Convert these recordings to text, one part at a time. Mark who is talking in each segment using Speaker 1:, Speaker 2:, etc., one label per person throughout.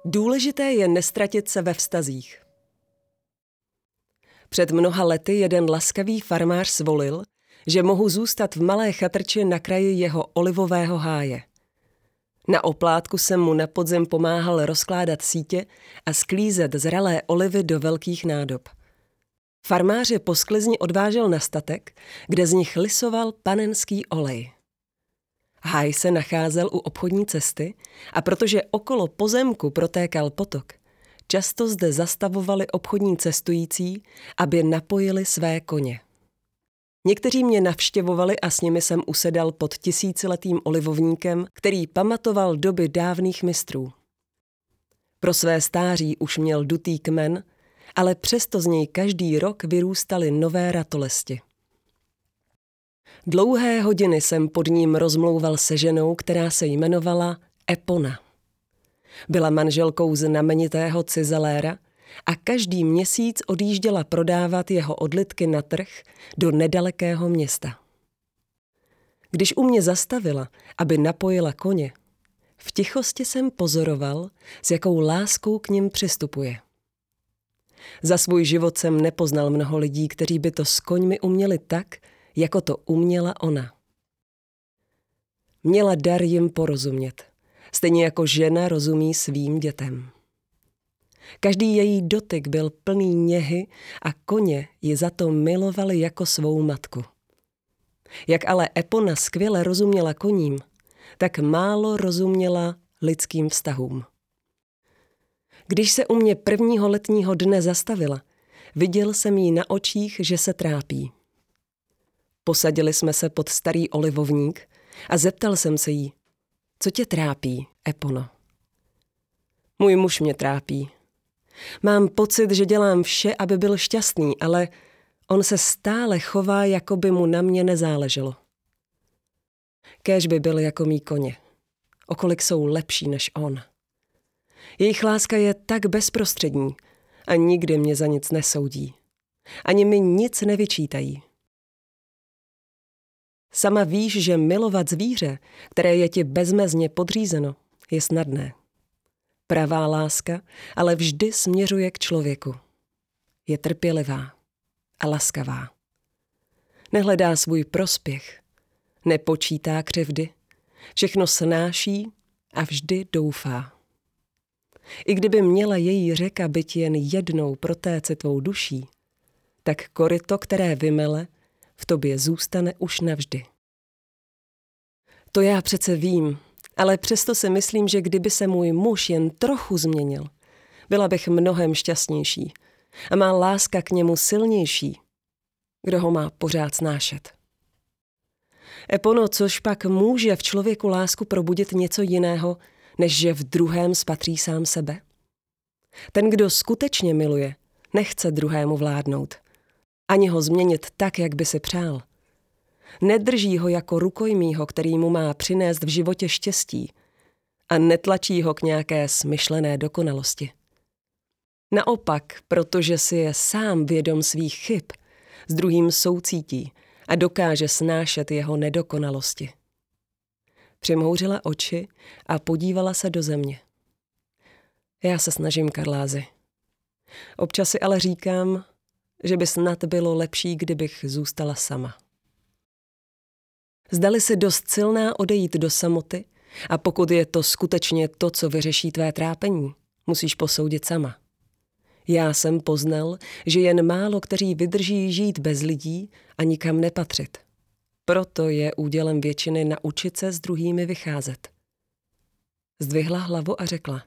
Speaker 1: Důležité je nestratit se ve vztazích. Před mnoha lety jeden laskavý farmář svolil, že mohu zůstat v malé chatrči na kraji jeho olivového háje. Na oplátku jsem mu na podzem pomáhal rozkládat sítě a sklízet zralé olivy do velkých nádob. Farmář je po sklizni odvážel na statek, kde z nich lisoval panenský olej. Háj se nacházel u obchodní cesty a protože okolo pozemku protékal potok, často zde zastavovali obchodní cestující, aby napojili své koně. Někteří mě navštěvovali a s nimi jsem usedal pod tisíciletým olivovníkem, který pamatoval doby dávných mistrů. Pro své stáří už měl dutý kmen, ale přesto z něj každý rok vyrůstaly nové ratolesti. Dlouhé hodiny jsem pod ním rozmlouval se ženou, která se jmenovala Epona. Byla manželkou znamenitého cizeléra a každý měsíc odjížděla prodávat jeho odlitky na trh do nedalekého města. Když u mě zastavila, aby napojila koně, v tichosti jsem pozoroval, s jakou láskou k nim přistupuje. Za svůj život jsem nepoznal mnoho lidí, kteří by to s koňmi uměli tak, jako to uměla ona. Měla dar jim porozumět, stejně jako žena rozumí svým dětem. Každý její dotyk byl plný něhy a koně ji za to milovali jako svou matku. Jak ale Epona skvěle rozuměla koním, tak málo rozuměla lidským vztahům. Když se u mě prvního letního dne zastavila, viděl jsem jí na očích, že se trápí. Posadili jsme se pod starý olivovník a zeptal jsem se jí, co tě trápí, Epono? Můj muž mě trápí. Mám pocit, že dělám vše, aby byl šťastný, ale on se stále chová, jako by mu na mě nezáleželo. Kéž by byl jako mý koně. O kolik jsou lepší než on. Jejich láska je tak bezprostřední a nikdy mě za nic nesoudí. Ani mi nic nevyčítají. Sama víš, že milovat zvíře, které je ti bezmezně podřízeno, je snadné. Pravá láska ale vždy směřuje k člověku. Je trpělivá a laskavá. Nehledá svůj prospěch, nepočítá křivdy, všechno snáší a vždy doufá. I kdyby měla její řeka být jen jednou protéci tvou duší, tak koryto, které vymele, v tobě zůstane už navždy. To já přece vím, ale přesto si myslím, že kdyby se můj muž jen trochu změnil, byla bych mnohem šťastnější a má láska k němu silnější. Kdo ho má pořád snášet? Epono, což pak může v člověku lásku probudit něco jiného, než že v druhém spatří sám sebe? Ten, kdo skutečně miluje, nechce druhému vládnout. Ani ho změnit tak, jak by si přál. Nedrží ho jako rukojmího, který mu má přinést v životě štěstí a netlačí ho k nějaké smyšlené dokonalosti. Naopak, protože si je sám vědom svých chyb, s druhým soucítí a dokáže snášet jeho nedokonalosti. Přimhouřila oči a podívala se do země. Já se snažím, Karlázy. Občas si ale říkám, že by snad bylo lepší, kdybych zůstala sama. Zdali si dost silná odejít do samoty a pokud je to skutečně to, co vyřeší tvé trápení, musíš posoudit sama. Já jsem poznal, že jen málo kteří vydrží žít bez lidí a nikam nepatřit. Proto je údělem většiny naučit se s druhými vycházet. Zdvihla hlavu a řekla: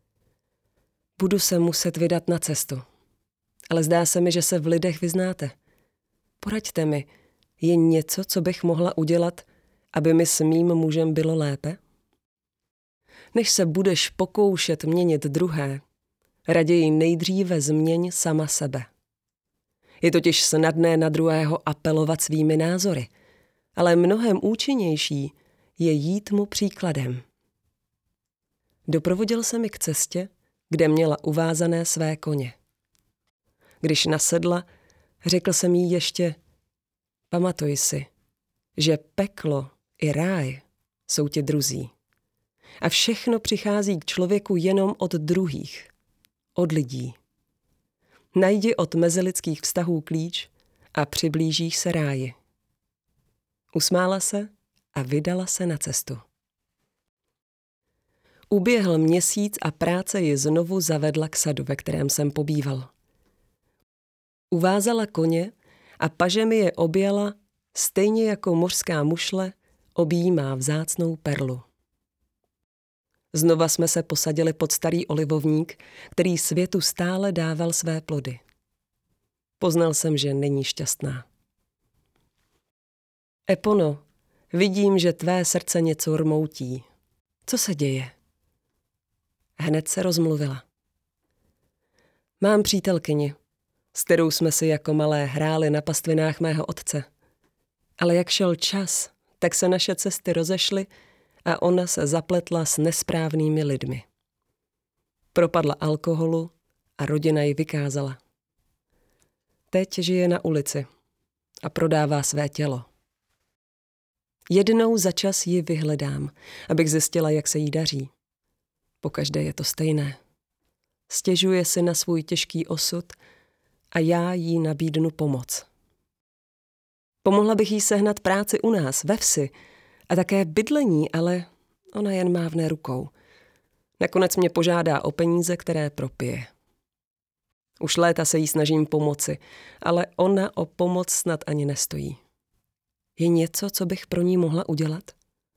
Speaker 1: Budu se muset vydat na cestu. Ale zdá se mi, že se v lidech vyznáte. Poraďte mi, je něco, co bych mohla udělat, aby mi s mým mužem bylo lépe? Než se budeš pokoušet měnit druhé, raději nejdříve změň sama sebe. Je totiž snadné na druhého apelovat svými názory, ale mnohem účinnější je jít mu příkladem. Doprovodil se mi k cestě, kde měla uvázané své koně. Když nasedla, řekl jsem jí ještě: Pamatuj si, že peklo i ráj jsou ti druzí. a všechno přichází k člověku jenom od druhých, od lidí. Najdi od mezilidských vztahů klíč a přiblížíš se ráji. Usmála se a vydala se na cestu. Uběhl měsíc a práce ji znovu zavedla k sadu, ve kterém jsem pobýval. Uvázala koně a pažemi je objala, stejně jako mořská mušle objímá vzácnou perlu. Znova jsme se posadili pod starý olivovník, který světu stále dával své plody. Poznal jsem, že není šťastná. Epono, vidím, že tvé srdce něco rmoutí. Co se děje? Hned se rozmluvila. Mám přítelkyni, s kterou jsme si jako malé hráli na pastvinách mého otce. Ale jak šel čas, tak se naše cesty rozešly a ona se zapletla s nesprávnými lidmi. Propadla alkoholu a rodina ji vykázala. Teď žije na ulici a prodává své tělo. Jednou za čas ji vyhledám, abych zjistila, jak se jí daří. Pokaždé je to stejné. Stěžuje si na svůj těžký osud a já jí nabídnu pomoc. Pomohla bych jí sehnat práci u nás, ve vsi, a také bydlení, ale ona jen mávne rukou. Nakonec mě požádá o peníze, které propije. Už léta se jí snažím pomoci, ale ona o pomoc snad ani nestojí. Je něco, co bych pro ní mohla udělat?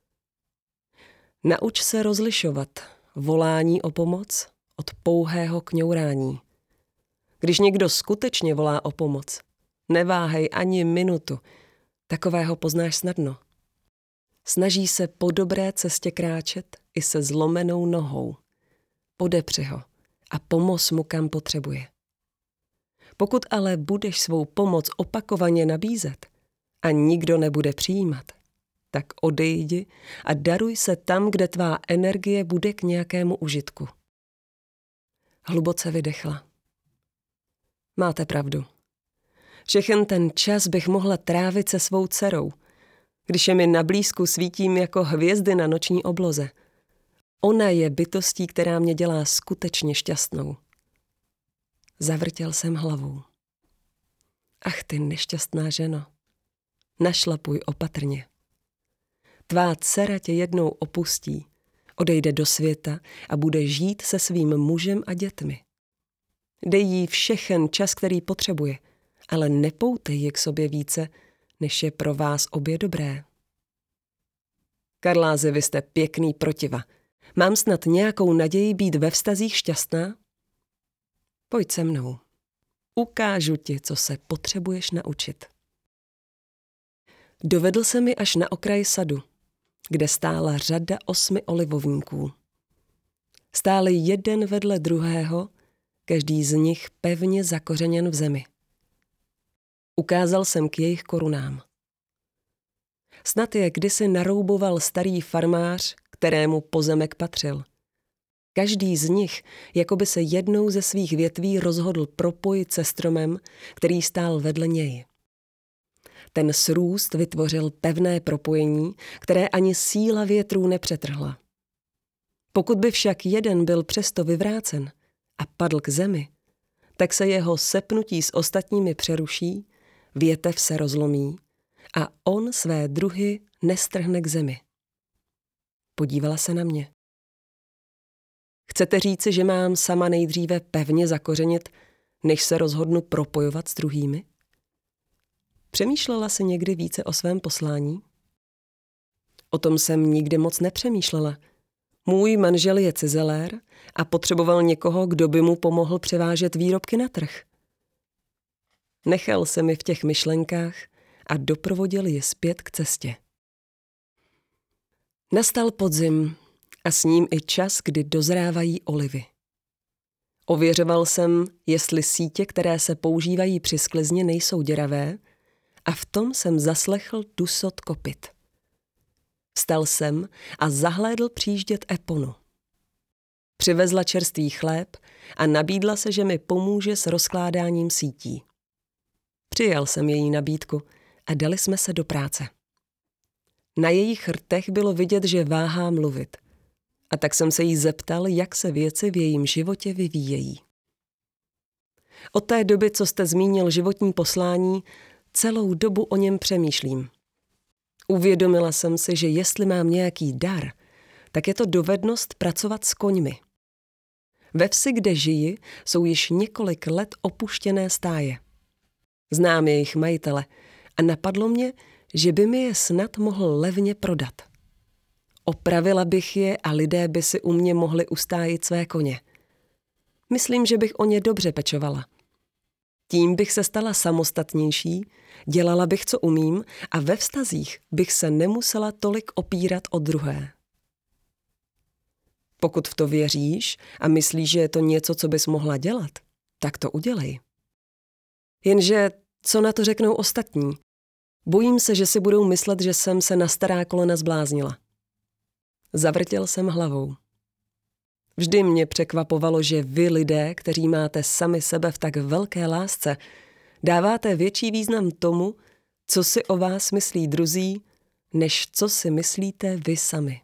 Speaker 1: Nauč se rozlišovat volání o pomoc od pouhého kňourání. Když někdo skutečně volá o pomoc, neváhej ani minutu, takového poznáš snadno. Snaží se po dobré cestě kráčet i se zlomenou nohou. Podepři ho a pomoz mu, kam potřebuje. Pokud ale budeš svou pomoc opakovaně nabízet a nikdo nebude přijímat, tak odejdi a daruj se tam, kde tvá energie bude k nějakému užitku. Hluboce vydechla. Máte pravdu. Všechen ten čas bych mohla trávit se svou dcerou, když je mi na blízku, svítím jako hvězdy na noční obloze. Ona je bytostí, která mě dělá skutečně šťastnou. Zavrtěl jsem hlavou. Ach ty nešťastná ženo, našlapuj opatrně. Tvá dcera tě jednou opustí, odejde do světa a bude žít se svým mužem a dětmi. Dej jí všechen čas, který potřebuje, ale nepoutej ji k sobě více, než je pro vás obě dobré. Karláze, vy jste pěkný protiva. Mám snad nějakou naději být ve vztazích šťastná? Pojď se mnou. Ukážu ti, co se potřebuješ naučit. Dovedl se mi až na okraj sadu, kde stála řada 8 olivovníků. Stáli jeden vedle druhého, každý z nich pevně zakořeněn v zemi. Ukázal jsem k jejich korunám. Snad je kdysi narouboval starý farmář, kterému pozemek patřil. Každý z nich jako by se jednou ze svých větví rozhodl propojit se stromem, který stál vedle něj. Ten srůst vytvořil pevné propojení, které ani síla větrů nepřetrhla. Pokud by však jeden byl přesto vyvrácen a padl k zemi, tak se jeho sepnutí s ostatními přeruší, větev se rozlomí a on své druhy nestrhne k zemi. Podívala se na mě. Chcete říci, že mám sama nejdříve pevně zakořenit, než se rozhodnu propojovat s druhými? Přemýšlela jsi někdy více o svém poslání? O tom jsem nikdy moc nepřemýšlela. Můj manžel je cizelér a potřeboval někoho, kdo by mu pomohl převážet výrobky na trh. Nechal se mi v těch myšlenkách a doprovodil je zpět k cestě. Nastal podzim a s ním i čas, kdy dozrávají olivy. Ověřoval jsem, jestli sítě, které se používají při sklizni, nejsou děravé, a v tom jsem zaslechl dusot kopyt. Vstal jsem a zahlédl přijíždět Eponu. Přivezla čerstvý chléb a nabídla se, že mi pomůže s rozkládáním sítí. Přijal jsem její nabídku a dali jsme se do práce. Na jejich rtech bylo vidět, že váhá mluvit. A tak jsem se jí zeptal, jak se věci v jejím životě vyvíjejí. Od té doby, co jste zmínil životní poslání, celou dobu o něm přemýšlím. Uvědomila jsem si, že jestli mám nějaký dar, tak je to dovednost pracovat s koňmi. Ve vsi, kde žiji, jsou již několik let opuštěné stáje. Znám jejich majitele a napadlo mě, že by mi je snad mohl levně prodat. Opravila bych je a lidé by si u mě mohli ustájit své koně. Myslím, že bych o ně dobře pečovala. Tím bych se stala samostatnější, dělala bych, co umím a ve vztazích bych se nemusela tolik opírat o druhé. Pokud v to věříš a myslíš, že je to něco, co bys mohla dělat, tak to udělej. Jenže co na to řeknou ostatní? Bojím se, že si budou myslet, že jsem se na stará kolena zbláznila. Zavrtěl jsem hlavou. Vždy mě překvapovalo, že vy lidé, kteří máte sami sebe v tak velké lásce, dáváte větší význam tomu, co si o vás myslí druzí, než co si myslíte vy sami.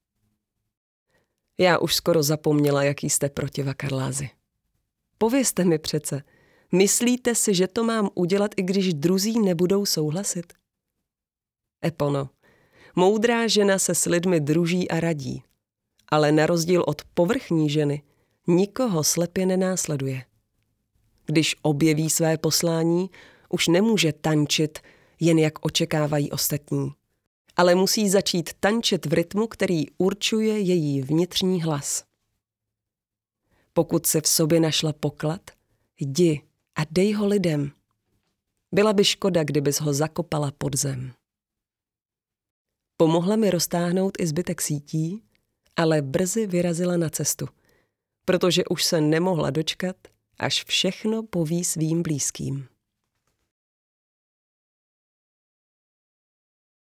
Speaker 1: Já už skoro zapomněla, jaký jste protivakarlázi. Povězte mi přece, myslíte si, že to mám udělat, i když druzí nebudou souhlasit? Epono, moudrá žena se s lidmi druží a radí, ale na rozdíl od povrchní ženy nikoho slepě nenásleduje. Když objeví své poslání, už nemůže tančit, jen jak očekávají ostatní, ale musí začít tančit v rytmu, který určuje její vnitřní hlas. Pokud se v sobě našla poklad, jdi a dej ho lidem. Byla by škoda, kdybys ho zakopala pod zem. Pomohla mi roztáhnout i zbytek sítí, ale brzy vyrazila na cestu, protože už se nemohla dočkat, až všechno poví svým blízkým.